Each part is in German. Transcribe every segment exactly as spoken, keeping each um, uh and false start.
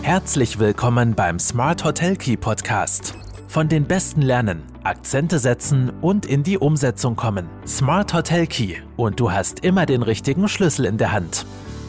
Herzlich willkommen beim Smart Hotel Key Podcast. Von den Besten lernen, Akzente setzen und in die Umsetzung kommen. Smart Hotel Key und du hast immer den richtigen Schlüssel in der Hand.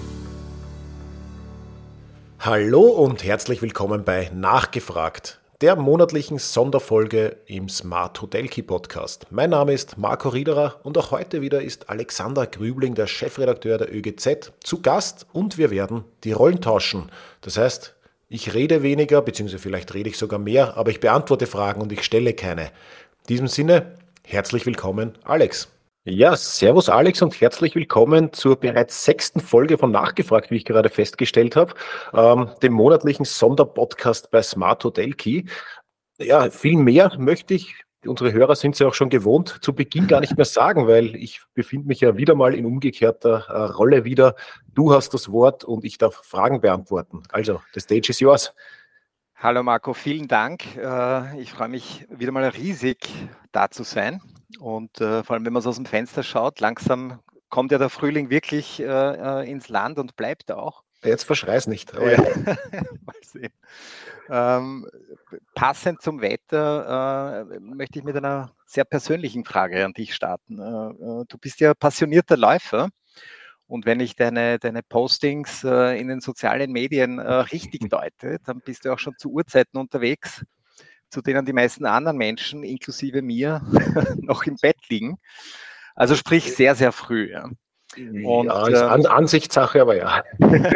Hallo und herzlich willkommen bei Nachgefragt, der monatlichen Sonderfolge im Smart Hotel Key Podcast. Mein Name ist Marco Riederer und auch heute wieder ist Alexander Grübling, der Chefredakteur der Ö G Z, zu Gast und wir werden die Rollen tauschen. Das heißt, ich rede weniger, beziehungsweise vielleicht rede ich sogar mehr, aber ich beantworte Fragen und ich stelle keine. In diesem Sinne, herzlich willkommen, Alex. Ja, servus Alex und herzlich willkommen zur bereits sechsten Folge von Nachgefragt, wie ich gerade festgestellt habe, ähm, dem monatlichen Sonderpodcast bei Smart Hotel Key. Ja, viel mehr möchte ich, unsere Hörer sind es ja auch schon gewohnt, zu Beginn gar nicht mehr sagen, weil ich befinde mich ja wieder mal in umgekehrter äh, Rolle wieder. Du hast das Wort und ich darf Fragen beantworten. Also, the stage is yours. Hallo Marco, vielen Dank. Äh, Ich freue mich wieder mal riesig, da zu sein. Und äh, vor allem, wenn man so aus dem Fenster schaut, langsam kommt ja der Frühling wirklich äh, äh, ins Land und bleibt auch. Jetzt verschrei's nicht. Aber Ja. ja. Mal sehen. Ähm, passend zum Wetter äh, möchte ich mit einer sehr persönlichen Frage an dich starten. Äh, äh, du bist ja passionierter Läufer. Und wenn ich deine, deine Postings äh, in den sozialen Medien äh, richtig deute, dann bist du auch schon zu Uhrzeiten unterwegs, zu denen die meisten anderen Menschen, inklusive mir, noch im Bett liegen. Also sprich sehr, sehr früh. Ja. Und, Ja, ist An- Ansichtssache, aber ja.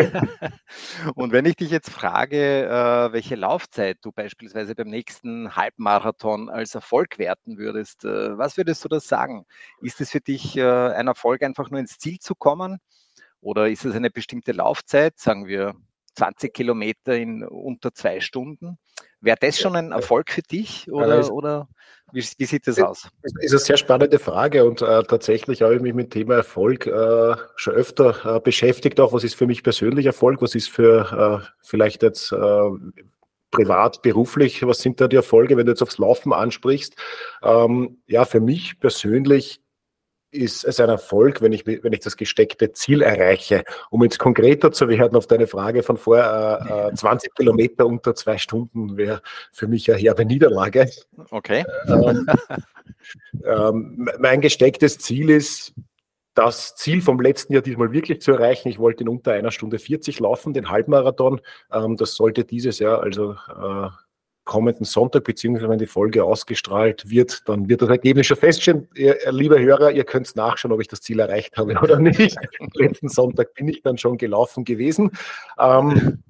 Und wenn ich dich jetzt frage, äh, welche Laufzeit du beispielsweise beim nächsten Halbmarathon als Erfolg werten würdest, äh, was würdest du das sagen? Ist es für dich äh, ein Erfolg, einfach nur ins Ziel zu kommen? Oder ist es eine bestimmte Laufzeit, sagen wir zwanzig Kilometer in unter zwei Stunden? Wäre das schon ein Erfolg für dich oder, oder wie, wie sieht das aus? Das ist eine sehr spannende Frage und äh, tatsächlich habe ich mich mit dem Thema Erfolg äh, schon öfter äh, beschäftigt. Auch was ist für mich persönlich Erfolg, was ist für äh, vielleicht jetzt äh, privat, beruflich, was sind da die Erfolge, wenn du jetzt aufs Laufen ansprichst? Ähm, ja, für mich persönlich ist es ein Erfolg, wenn ich, wenn ich das gesteckte Ziel erreiche. Um jetzt konkreter zu werden auf deine Frage von vorher, äh, zwanzig Kilometer unter zwei Stunden wäre für mich eine herbe Niederlage. Okay. Ähm, ähm, mein gestecktes Ziel ist, das Ziel vom letzten Jahr diesmal wirklich zu erreichen. Ich wollte in unter einer Stunde vierzig laufen, den Halbmarathon. Ähm, das sollte dieses Jahr, also äh, kommenden Sonntag, beziehungsweise wenn die Folge ausgestrahlt wird, dann wird das Ergebnis schon feststehen. Ihr, liebe Hörer, ihr könnt nachschauen, ob ich das Ziel erreicht habe oder nicht. Letzten Sonntag bin ich dann schon gelaufen gewesen. Ähm,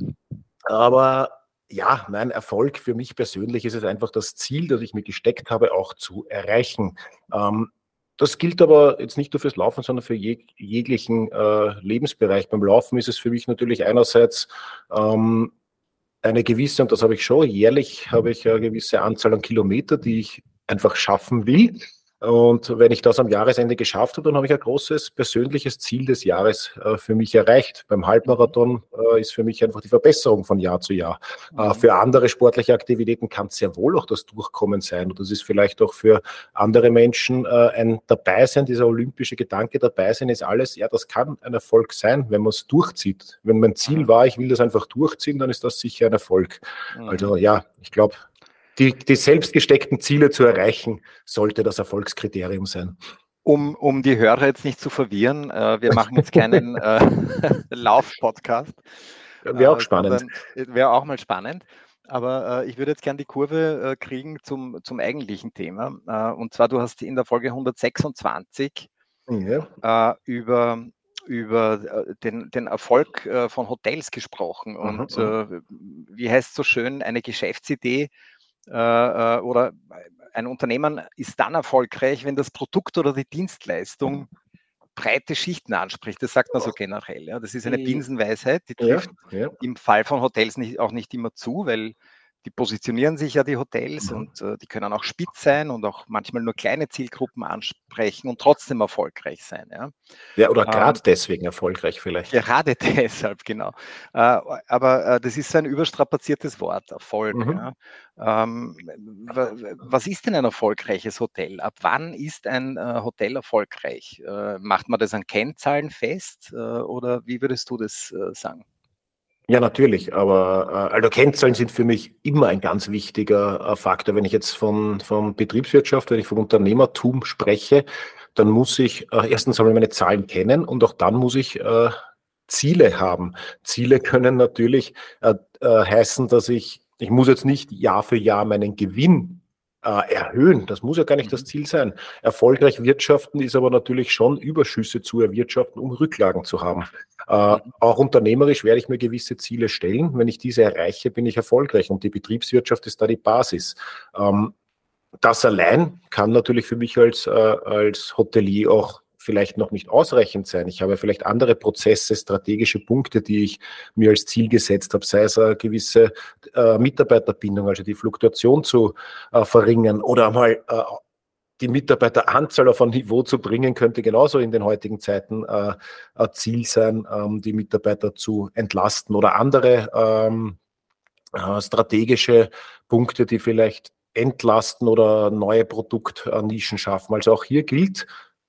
aber ja, mein Erfolg für mich persönlich ist es einfach das Ziel, das ich mir gesteckt habe, auch zu erreichen. Ähm, das gilt aber jetzt nicht nur fürs Laufen, sondern für jeg jeglichen äh, Lebensbereich. Beim Laufen ist es für mich natürlich einerseits ähm, eine gewisse, und das habe ich schon, jährlich habe ich eine gewisse Anzahl an Kilometer, die ich einfach schaffen will. Und wenn ich das am Jahresende geschafft habe, dann habe ich ein großes persönliches Ziel des Jahres äh, für mich erreicht. Beim Halbmarathon äh, ist für mich einfach die Verbesserung von Jahr zu Jahr. Äh, für andere sportliche Aktivitäten kann es sehr wohl auch das Durchkommen sein. Und das ist vielleicht auch für andere Menschen äh, ein Dabeisein, dieser olympische Gedanke, Dabeisein ist alles. Ja, das kann ein Erfolg sein, wenn man es durchzieht. Wenn mein Ziel war, ich will das einfach durchziehen, dann ist das sicher ein Erfolg. Also ja, ich glaube, Die, die selbst gesteckten Ziele zu erreichen, sollte das Erfolgskriterium sein. Um, um die Hörer jetzt nicht zu verwirren, äh, wir machen jetzt keinen äh, Lauf-Podcast. Wäre auch äh, spannend. Wäre auch mal spannend. Aber äh, ich würde jetzt gerne die Kurve äh, kriegen zum, zum eigentlichen Thema. Äh, und zwar, du hast in der Folge hundertsechsundzwanzig Ja. äh, über über äh, den, den Erfolg äh, von Hotels gesprochen. Und Aha, äh, wie heißt es so schön, eine Geschäftsidee äh, oder ein Unternehmen ist dann erfolgreich, wenn das Produkt oder die Dienstleistung breite Schichten anspricht. Das sagt man so generell. Ja. Das ist eine Binsenweisheit, die ja, trifft ja. im Fall von Hotels nicht, auch nicht immer zu, weil die positionieren sich ja, die Hotels, Mhm. und äh, die können auch spitz sein und auch manchmal nur kleine Zielgruppen ansprechen und trotzdem erfolgreich sein. Ja. Ja, oder gerade Ähm, deswegen erfolgreich vielleicht. Gerade deshalb, genau. Äh, aber äh, das ist so ein überstrapaziertes Wort, Erfolg. Mhm. Ja. Ähm, was ist denn ein erfolgreiches Hotel? Ab wann ist ein äh, Hotel erfolgreich? Äh, macht man das an Kennzahlen fest äh, oder wie würdest du das äh, sagen? Ja, natürlich, aber äh, also Kennzahlen sind für mich immer ein ganz wichtiger äh, Faktor. Wenn ich jetzt von, von Betriebswirtschaft, wenn ich vom Unternehmertum spreche, dann muss ich äh, erstens einmal meine Zahlen kennen und auch dann muss ich äh, Ziele haben. Ziele können natürlich äh, äh, heißen, dass ich, ich muss jetzt nicht Jahr für Jahr meinen Gewinn äh, erhöhen. Das muss ja gar nicht das Ziel sein. Erfolgreich wirtschaften ist aber natürlich schon Überschüsse zu erwirtschaften, um Rücklagen zu haben. Äh, Mhm. auch unternehmerisch werde ich mir gewisse Ziele stellen. Wenn ich diese erreiche, bin ich erfolgreich und die Betriebswirtschaft ist da die Basis. Ähm, das allein kann natürlich für mich als, äh, als Hotelier auch vielleicht noch nicht ausreichend sein. Ich habe vielleicht andere Prozesse, strategische Punkte, die ich mir als Ziel gesetzt habe, sei es eine gewisse äh, Mitarbeiterbindung, also die Fluktuation zu äh, verringern oder mal äh, die Mitarbeiteranzahl auf ein Niveau zu bringen, könnte genauso in den heutigen Zeiten äh, ein Ziel sein, ähm, die Mitarbeiter zu entlasten oder andere ähm, äh, strategische Punkte, die vielleicht entlasten oder neue Produktnischen schaffen. Also auch hier gilt,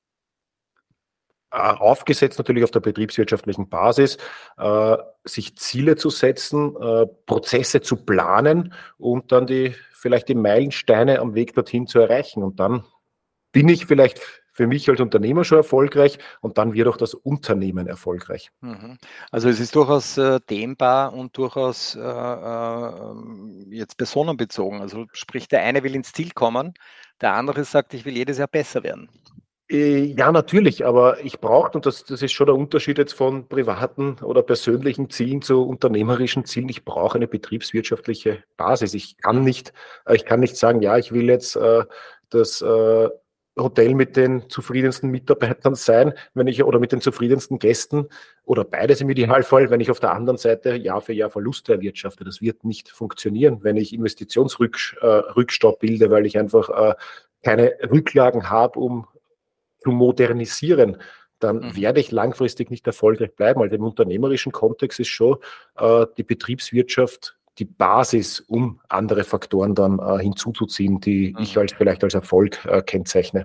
äh, aufgesetzt natürlich auf der betriebswirtschaftlichen Basis, äh, sich Ziele zu setzen, äh, Prozesse zu planen und dann die vielleicht die Meilensteine am Weg dorthin zu erreichen. Und dann bin ich vielleicht für mich als Unternehmer schon erfolgreich und dann wird auch das Unternehmen erfolgreich. Mhm. Also es ist durchaus äh, dehnbar und durchaus äh, äh, jetzt personenbezogen. Also sprich, der eine will ins Ziel kommen, der andere sagt, ich will jedes Jahr besser werden. Äh, Ja, natürlich, aber ich brauche, und das, das ist schon der Unterschied jetzt von privaten oder persönlichen Zielen zu unternehmerischen Zielen, ich brauche eine betriebswirtschaftliche Basis. Ich kann nicht, äh, ich kann nicht sagen, ja, ich will jetzt äh, das äh, Hotel mit den zufriedensten Mitarbeitern sein, wenn ich, oder mit den zufriedensten Gästen, oder beides im Idealfall, wenn ich auf der anderen Seite Jahr für Jahr Verluste erwirtschafte. Das wird nicht funktionieren, wenn ich Investitionsrückstau bilde, weil ich einfach äh, keine Rücklagen habe, um zu modernisieren, dann Mhm. werde ich langfristig nicht erfolgreich bleiben. Also im unternehmerischen Kontext ist schon äh, die Betriebswirtschaft die Basis, um andere Faktoren dann äh, hinzuzuziehen, die Mhm. ich als vielleicht als Erfolg äh, kennzeichne.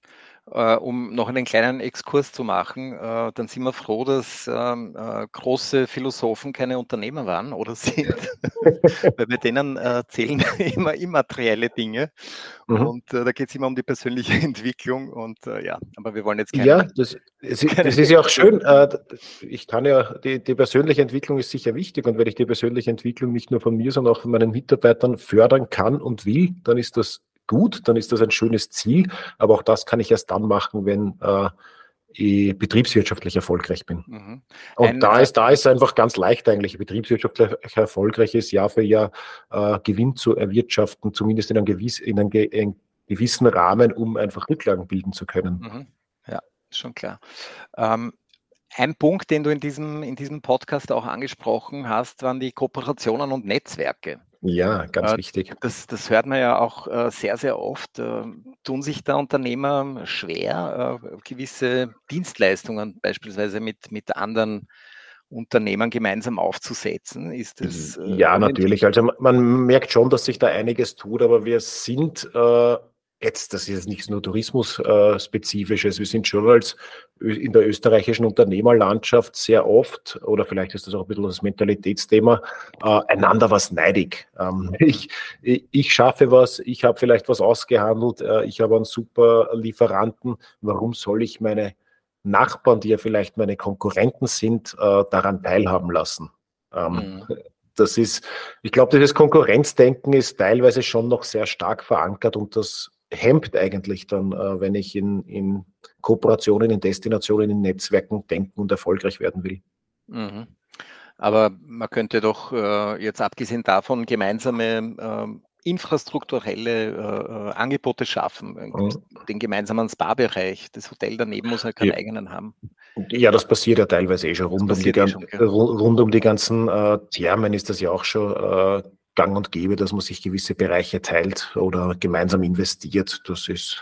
Äh, um noch einen kleinen Exkurs zu machen, äh, dann sind wir froh, dass ähm, äh, große Philosophen keine Unternehmer waren oder sind, weil bei denen äh, zählen immer immaterielle Dinge Mhm. und äh, da geht es immer um die persönliche Entwicklung und äh, ja, aber wir wollen jetzt Ja, keinen, das, es- keinen das ist ja auch Exkurs schön. machen. Äh, ich kann ja, die, die persönliche Entwicklung ist sicher wichtig und wenn ich die persönliche Entwicklung nicht nur von mir, sondern auch von meinen Mitarbeitern fördern kann und will, dann ist das gut, dann ist das ein schönes Ziel. Aber auch das kann ich erst dann machen, wenn äh, ich betriebswirtschaftlich erfolgreich bin. Mhm. Und Ein, da äh, ist, da ist einfach ganz leicht eigentlich, betriebswirtschaftlich erfolgreich ist, Jahr für Jahr äh, Gewinn zu erwirtschaften, zumindest in einem, gewiss, in einem, ge- in einem gewissen Rahmen, um einfach Rücklagen bilden zu können. mhm. Ja, schon klar. Ähm, ein Punkt, den du in diesem, in diesem Podcast auch angesprochen hast, waren die Kooperationen und Netzwerke. Ja, ganz Äh, wichtig. Das, das hört man ja auch äh, sehr, sehr oft. Äh, Tun sich da Unternehmer schwer, äh, gewisse Dienstleistungen beispielsweise mit, mit anderen Unternehmern gemeinsam aufzusetzen? Ist das, äh, Ja, wenn, natürlich. Also man man merkt schon, dass sich da einiges tut, aber wir sind äh, jetzt, das ist jetzt nichts nur Tourismus-spezifisches, wir sind schon als Ö- in der österreichischen Unternehmerlandschaft sehr oft, oder vielleicht ist das auch ein bisschen das Mentalitätsthema, äh, einander was neidig. Ähm, ich, ich, ich schaffe was, ich habe vielleicht was ausgehandelt, äh, ich habe einen super Lieferanten. Warum soll ich meine Nachbarn, die ja vielleicht meine Konkurrenten sind, äh, daran teilhaben lassen? Ähm, Mhm. Das ist, ich glaube, dieses Konkurrenzdenken ist teilweise schon noch sehr stark verankert und das hemmt eigentlich dann, äh, wenn ich in, in Kooperationen, in Destinationen, in Netzwerken denken und erfolgreich werden will. Mhm. Aber man könnte doch äh, jetzt abgesehen davon gemeinsame ähm, infrastrukturelle äh, äh, Angebote schaffen. Dann gibt's Mhm. den gemeinsamen Spa-Bereich. Das Hotel daneben muss ja keinen Ja, eigenen haben. ja, das passiert ja teilweise eh schon Das rund um die, passiert eh gan- schon, gell? ru- rund um die ganzen äh, Thermen ist das ja auch schon äh, gang und gäbe, dass man sich gewisse Bereiche teilt oder gemeinsam investiert. Das ist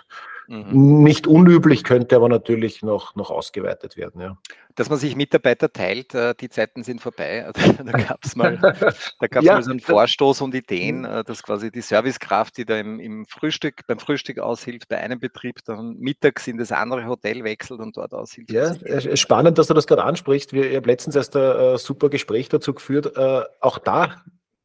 Mhm. Nicht unüblich, könnte aber natürlich noch, noch ausgeweitet werden. Ja. Dass man sich Mitarbeiter teilt, die Zeiten sind vorbei. Da gab es mal, da gab's ja, mal so einen Vorstoß und Ideen, dass quasi die Servicekraft, die da im, im Frühstück, beim Frühstück aushilft, bei einem Betrieb dann mittags in das andere Hotel wechselt und dort aushilft. Ja, spannend, dass du das gerade ansprichst. Wir, ich habe letztens erst ein äh, super Gespräch dazu geführt. Äh, auch da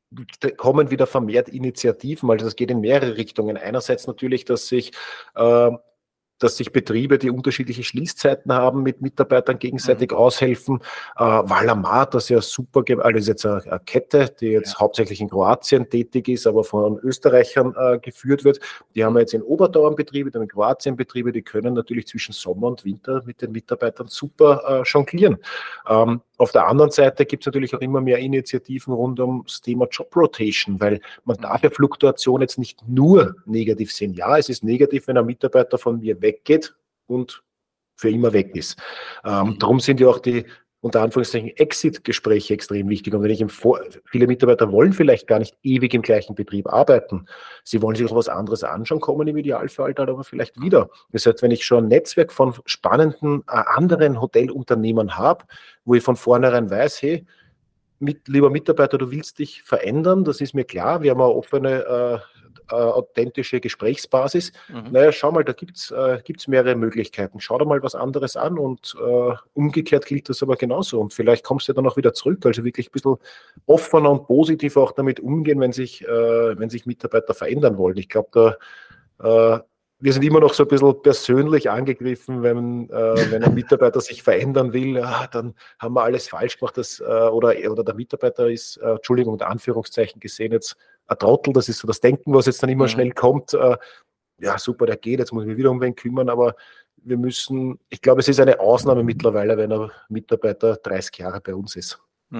kommen wieder vermehrt Initiativen, also das geht in mehrere Richtungen. Einerseits natürlich, dass sich, äh, dass sich Betriebe, die unterschiedliche Schließzeiten haben, mit Mitarbeitern gegenseitig mhm. aushelfen. Äh, Valamat, das ja super, also ist jetzt eine, eine Kette, die jetzt ja. hauptsächlich in Kroatien tätig ist, aber von Österreichern äh, geführt wird. Die haben wir jetzt in Obertauern Betriebe, dann in Kroatien Betriebe, die können natürlich zwischen Sommer und Winter mit den Mitarbeitern super äh, jonglieren. Ähm, Auf der anderen Seite gibt es natürlich auch immer mehr Initiativen rund ums Thema Job Rotation, weil man darf ja Fluktuation jetzt nicht nur negativ sehen. Ja, es ist negativ, wenn ein Mitarbeiter von mir weggeht und für immer weg ist. Ähm, darum sind ja auch die, unter Anführungszeichen, Exit-Gespräche extrem wichtig. Und wenn ich im Vor viele Mitarbeiter wollen vielleicht gar nicht ewig im gleichen Betrieb arbeiten. Sie wollen sich auch was anderes anschauen, kommen im Idealfall dann aber vielleicht wieder. Das heißt, wenn ich schon ein Netzwerk von spannenden äh, anderen Hotelunternehmern habe, wo ich von vornherein weiß, hey, mit, lieber Mitarbeiter, du willst dich verändern, das ist mir klar. Wir haben eine offene, äh, äh, authentische Gesprächsbasis. Mhm. Naja, schau mal, da gibt es äh, gibt's mehrere Möglichkeiten. Schau dir mal was anderes an und äh, umgekehrt gilt das aber genauso. Und vielleicht kommst du dann auch wieder zurück. Also wirklich ein bisschen offener und positiv auch damit umgehen, wenn sich, äh, wenn sich Mitarbeiter verändern wollen. Ich glaube, da äh, wir sind immer noch so ein bisschen persönlich angegriffen, wenn, äh, wenn ein Mitarbeiter sich verändern will, ja, dann haben wir alles falsch gemacht, das, äh, oder, oder der Mitarbeiter ist, äh, Entschuldigung, unter Anführungszeichen gesehen, jetzt ein Trottel, das ist so das Denken, was jetzt dann immer mhm. schnell kommt, äh, ja super, der geht, jetzt muss ich mich wieder um wen kümmern, aber wir müssen, ich glaube, es ist eine Ausnahme mittlerweile, wenn ein Mitarbeiter dreißig Jahre bei uns ist.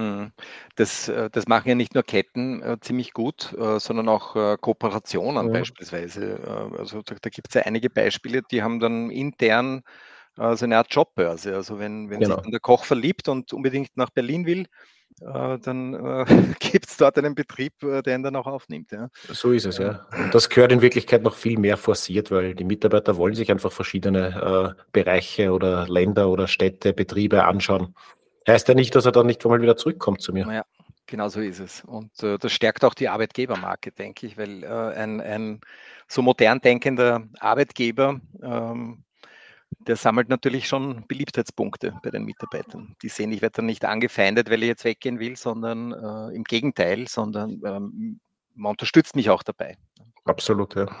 Das, das machen ja nicht nur Ketten äh, ziemlich gut, äh, sondern auch äh, Kooperationen ja. beispielsweise. Äh, also da, da gibt es ja einige Beispiele, die haben dann intern äh, so eine Art Jobbörse. Also wenn, wenn genau. sich dann der Koch verliebt und unbedingt nach Berlin will, äh, dann äh, gibt es dort einen Betrieb, äh, der ihn dann auch aufnimmt. Ja. So ist es, ja. Und das gehört in Wirklichkeit noch viel mehr forciert, weil die Mitarbeiter wollen sich einfach verschiedene äh, Bereiche oder Länder oder Städte, Betriebe anschauen. Heißt ja nicht, dass er dann nicht einmal wieder zurückkommt zu mir. Ja, genau so ist es. Und äh, das stärkt auch die Arbeitgebermarke, denke ich, weil äh, ein, ein so modern denkender Arbeitgeber, ähm, der sammelt natürlich schon Beliebtheitspunkte bei den Mitarbeitern. Die sehen, ich werde dann nicht angefeindet, weil ich jetzt weggehen will, sondern äh, im Gegenteil, sondern ähm, man unterstützt mich auch dabei. Absolut, ja.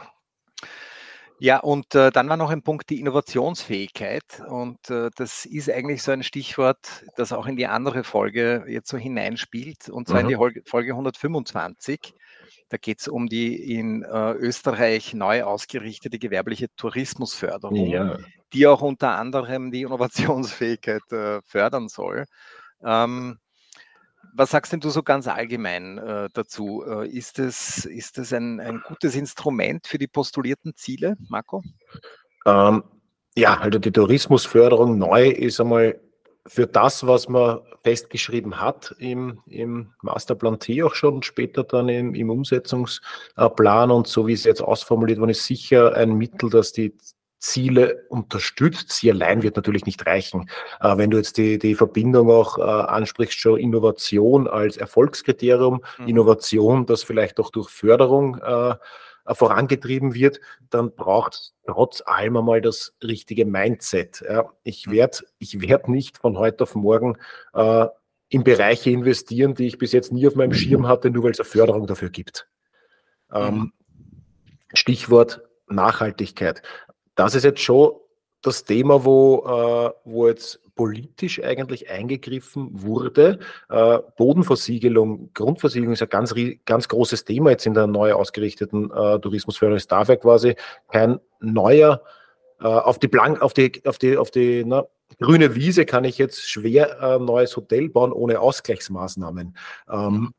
Ja, und äh, dann war noch ein Punkt die Innovationsfähigkeit und äh, das ist eigentlich so ein Stichwort, das auch in die andere Folge jetzt so hineinspielt und zwar mhm. in die Folge hundertfünfundzwanzig. Da geht es um die in äh, Österreich neu ausgerichtete gewerbliche Tourismusförderung, ja. die auch unter anderem die Innovationsfähigkeit äh, fördern soll. Ähm, Was sagst denn du so ganz allgemein äh, dazu? Äh, ist es ist es ein, ein gutes Instrument für die postulierten Ziele, Marco? Ähm, ja, also die Tourismusförderung neu ist einmal für das, was man festgeschrieben hat im, im Masterplan T auch schon und später dann im, im Umsetzungsplan und so wie es jetzt ausformuliert worden ist, sicher ein Mittel, das die Ziele unterstützt. Sie allein wird natürlich nicht reichen. Äh, wenn du jetzt die, die Verbindung auch äh, ansprichst, schon Innovation als Erfolgskriterium, mhm. Innovation, das vielleicht auch durch Förderung äh, vorangetrieben wird, dann braucht es trotz allem einmal das richtige Mindset. Ja, ich werde ich werd nicht von heute auf morgen äh, in Bereiche investieren, die ich bis jetzt nie auf meinem Schirm hatte, nur weil es eine Förderung dafür gibt. Ähm, mhm. Stichwort Nachhaltigkeit. Das ist jetzt schon das Thema, wo, äh, wo jetzt politisch eigentlich eingegriffen wurde. Äh, Bodenversiegelung, Grundversiegelung ist ein ganz, ganz großes Thema jetzt in der neu ausgerichteten äh, Tourismusförderung. Es darf ja quasi kein neuer, äh, auf die Blank, auf die, auf die, auf die na, grüne Wiese kann ich jetzt schwer ein äh, neues Hotel bauen ohne Ausgleichsmaßnahmen. Ähm,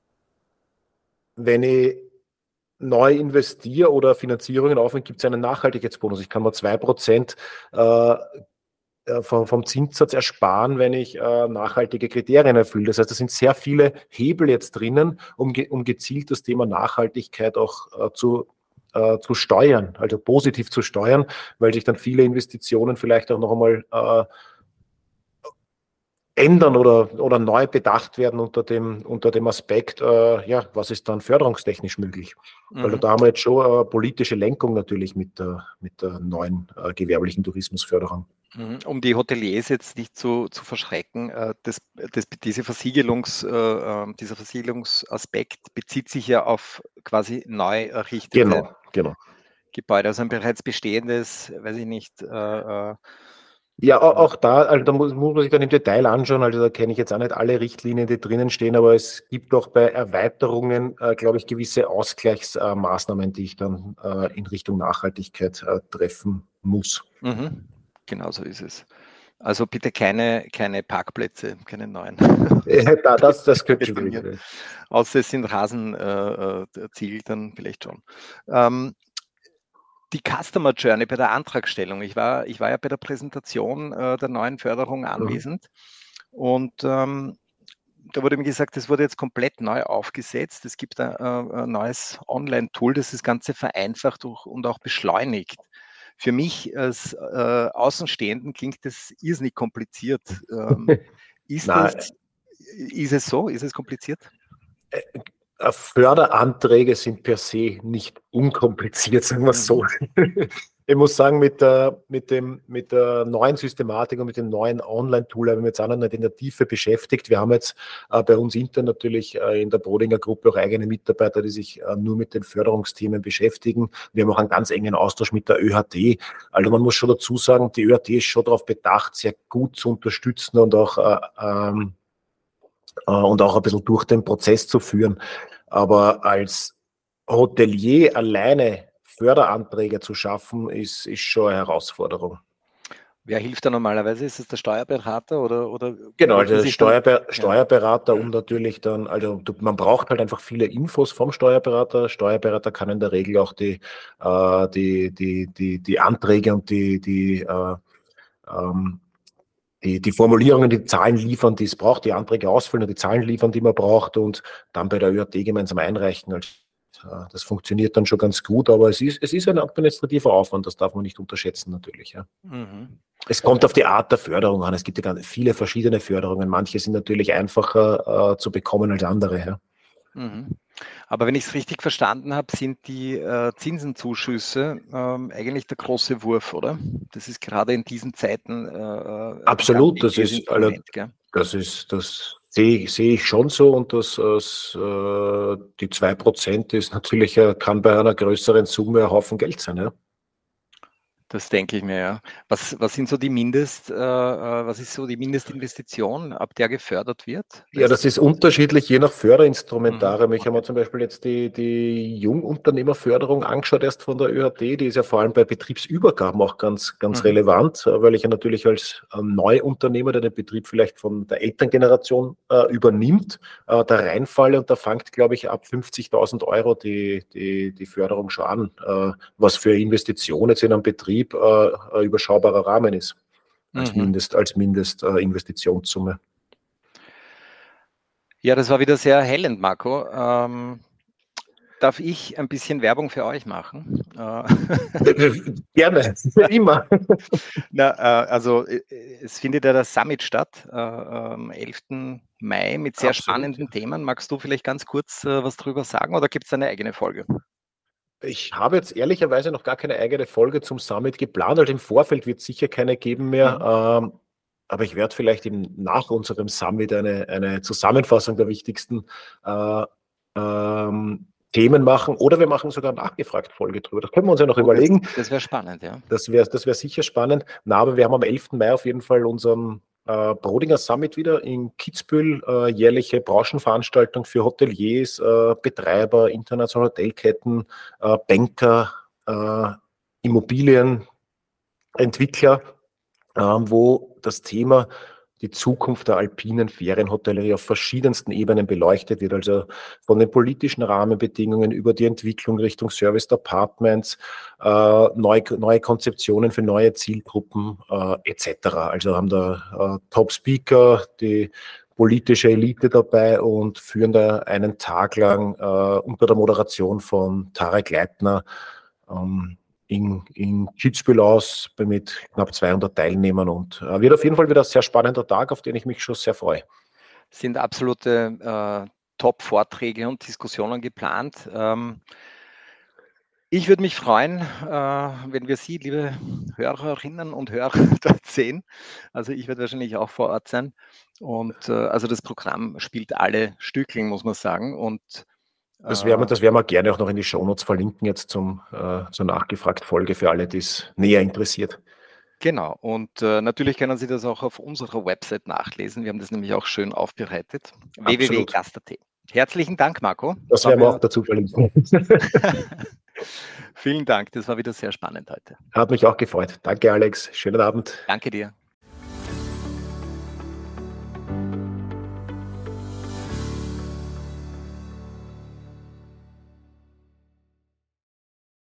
wenn ich neu investiere oder Finanzierungen aufnehme, gibt es einen Nachhaltigkeitsbonus. Ich kann mir zwei Prozent äh, vom, vom Zinssatz ersparen, wenn ich äh, nachhaltige Kriterien erfülle. Das heißt, da sind sehr viele Hebel jetzt drinnen, um, ge um gezielt das Thema Nachhaltigkeit auch äh, zu, äh, zu steuern, also positiv zu steuern, weil sich dann viele Investitionen vielleicht auch noch einmal äh, ändern oder, oder neu bedacht werden unter dem, unter dem Aspekt, äh, ja, was ist dann förderungstechnisch möglich? Mhm. Also da haben wir jetzt schon äh, politische Lenkung natürlich mit, äh, mit der neuen äh, gewerblichen Tourismusförderung. Um die Hoteliers jetzt nicht zu, zu verschrecken, äh, das, das, diese Versiegelungs, äh, dieser Versiegelungsaspekt bezieht sich ja auf quasi neu errichtete genau, genau. Gebäude, also ein bereits bestehendes, weiß ich nicht, äh, äh, ja, auch da, also da muss, muss man sich dann im Detail anschauen, also da kenne ich jetzt auch nicht alle Richtlinien, die drinnen stehen, aber es gibt auch bei Erweiterungen, äh, glaube ich, gewisse Ausgleichsmaßnahmen, äh, die ich dann äh, in Richtung Nachhaltigkeit äh, treffen muss. Mhm. Genau so ist es. Also bitte keine, keine Parkplätze, keine neuen. Ja, das, das könnte schon wieder. Außer es sind Rasenziel, äh, dann vielleicht schon. Ähm, Die Customer Journey bei der Antragstellung. Ich war, ich war ja bei der Präsentation äh, der neuen Förderung anwesend mhm. und ähm, da wurde mir gesagt, das wurde jetzt komplett neu aufgesetzt. Es gibt ein, ein neues Online-Tool, das das Ganze vereinfacht und auch beschleunigt. Für mich als äh, Außenstehenden klingt das irrsinnig kompliziert. Ähm, ist, das, ist es so? Ist es kompliziert? Äh, Förderanträge sind per se nicht unkompliziert, sagen wir es so. Mhm. Ich muss sagen, mit der, mit, dem, mit der neuen Systematik und mit dem neuen Online-Tool haben wir jetzt auch noch nicht in der Tiefe beschäftigt. Wir haben jetzt äh, bei uns intern natürlich äh, in der Brodinger Gruppe auch eigene Mitarbeiter, die sich äh, nur mit den Förderungsthemen beschäftigen. Wir haben auch einen ganz engen Austausch mit der Ö H T. Also man muss schon dazu sagen, die Ö H T ist schon darauf bedacht, sehr gut zu unterstützen und auch äh, ähm, und auch ein bisschen durch den Prozess zu führen. Aber als Hotelier alleine Förderanträge zu schaffen, ist, ist schon eine Herausforderung. Wer hilft da normalerweise? Ist es der Steuerberater oder? oder genau, also der Steuerber dann, Steuerberater ja. Und natürlich dann, also man braucht halt einfach viele Infos vom Steuerberater. Steuerberater kann in der Regel auch die, äh, die, die, die, die Anträge und die, die äh, ähm, Die, die Formulierungen, die Zahlen liefern, die es braucht, die Anträge ausfüllen und die Zahlen liefern, die man braucht und dann bei der Ö H T gemeinsam einreichen. Das funktioniert dann schon ganz gut, aber es ist, es ist ein administrativer Aufwand, das darf man nicht unterschätzen natürlich. Ja. Mhm. Es kommt auf die Art der Förderung an. Es gibt ja ganz viele verschiedene Förderungen. Manche sind natürlich einfacher äh, zu bekommen als andere. Ja. Mhm. Aber wenn ich es richtig verstanden habe, sind die äh, Zinsenzuschüsse ähm, eigentlich der große Wurf, oder? Das ist gerade in diesen Zeiten äh, absolut, das ist, also, das ist, das sehe seh ich schon so und das, das äh, die zwei Prozent ist natürlich, kann bei einer größeren Summe ein Haufen Geld sein, ja. Das denke ich mir, ja. Was, was sind so die Mindest, äh, was ist so die Mindestinvestition, ab der gefördert wird? Ja, das ist unterschiedlich, je nach Förderinstrumentarium. Mhm. Ich habe mir zum Beispiel jetzt die, die Jungunternehmerförderung angeschaut, erst von der Ö H T. Die ist ja vor allem bei Betriebsübergaben auch ganz, ganz mhm. relevant, weil ich ja natürlich als Neuunternehmer, der den Betrieb vielleicht von der Elterngeneration äh, übernimmt, äh, da reinfalle und da fängt, glaube ich, ab fünfzigtausend Euro die, die, die Förderung schon an, äh, was für Investitionen jetzt in einem Betrieb Äh, ein überschaubarer Rahmen ist, als, mhm. Mindest, als Mindestinvestitionssumme. Äh, ja, das war wieder sehr hellend, Marco. Ähm, darf ich ein bisschen Werbung für euch machen? Gerne, immer. Na, äh, also es findet ja das Summit statt, äh, am elften Mai mit sehr Absolut. Spannenden Themen. Magst du vielleicht ganz kurz äh, was drüber sagen oder gibt es eine eigene Folge? Ich habe jetzt ehrlicherweise noch gar keine eigene Folge zum Summit geplant, also im Vorfeld wird es sicher keine geben mehr, mhm. ähm, aber ich werde vielleicht im, nach unserem Summit eine, eine Zusammenfassung der wichtigsten äh, ähm, Themen machen oder wir machen sogar eine Nachgefragt-Folge drüber. Das können wir uns ja noch oh, überlegen. Das, das wäre spannend, ja. Das wäre das wär sicher spannend. Na, aber wir haben am elften Mai auf jeden Fall unseren Äh, Brodinger Summit wieder in Kitzbühel, äh, jährliche Branchenveranstaltung für Hoteliers, äh, Betreiber, internationale Hotelketten, äh, Banker, äh, Immobilienentwickler, äh, wo das Thema die Zukunft der alpinen Ferienhotellerie auf verschiedensten Ebenen beleuchtet wird, also von den politischen Rahmenbedingungen über die Entwicklung Richtung Serviced Apartments, äh, neue, neue Konzeptionen für neue Zielgruppen äh, et cetera. Also haben da äh, Top-Speaker, die politische Elite dabei und führen da einen Tag lang äh, unter der Moderation von Tarek Leitner ähm, in, in Kitzbühel aus mit knapp zweihundert Teilnehmern und äh, wird auf jeden Fall wieder ein sehr spannender Tag, auf den ich mich schon sehr freue. Sind absolute äh, Top-Vorträge und Diskussionen geplant. Ähm, ich würde mich freuen, äh, wenn wir Sie, liebe Hörerinnen und Hörer, dort sehen. Also ich werde wahrscheinlich auch vor Ort sein. Und äh, also das Programm spielt alle Stückchen, muss man sagen. Und Das werden wir, das werden wir gerne auch noch in die Shownotes verlinken, jetzt zum, äh, zur Nachgefragt-Folge für alle, die es näher interessiert. Genau, und äh, natürlich können Sie das auch auf unserer Website nachlesen. Wir haben das nämlich auch schön aufbereitet. w w w punkt gast punkt a t. Herzlichen Dank, Marco. Das werden wir auch dazu verlinken. Vielen Dank, das war wieder sehr spannend heute. Hat mich auch gefreut. Danke, Alex. Schönen Abend. Danke dir.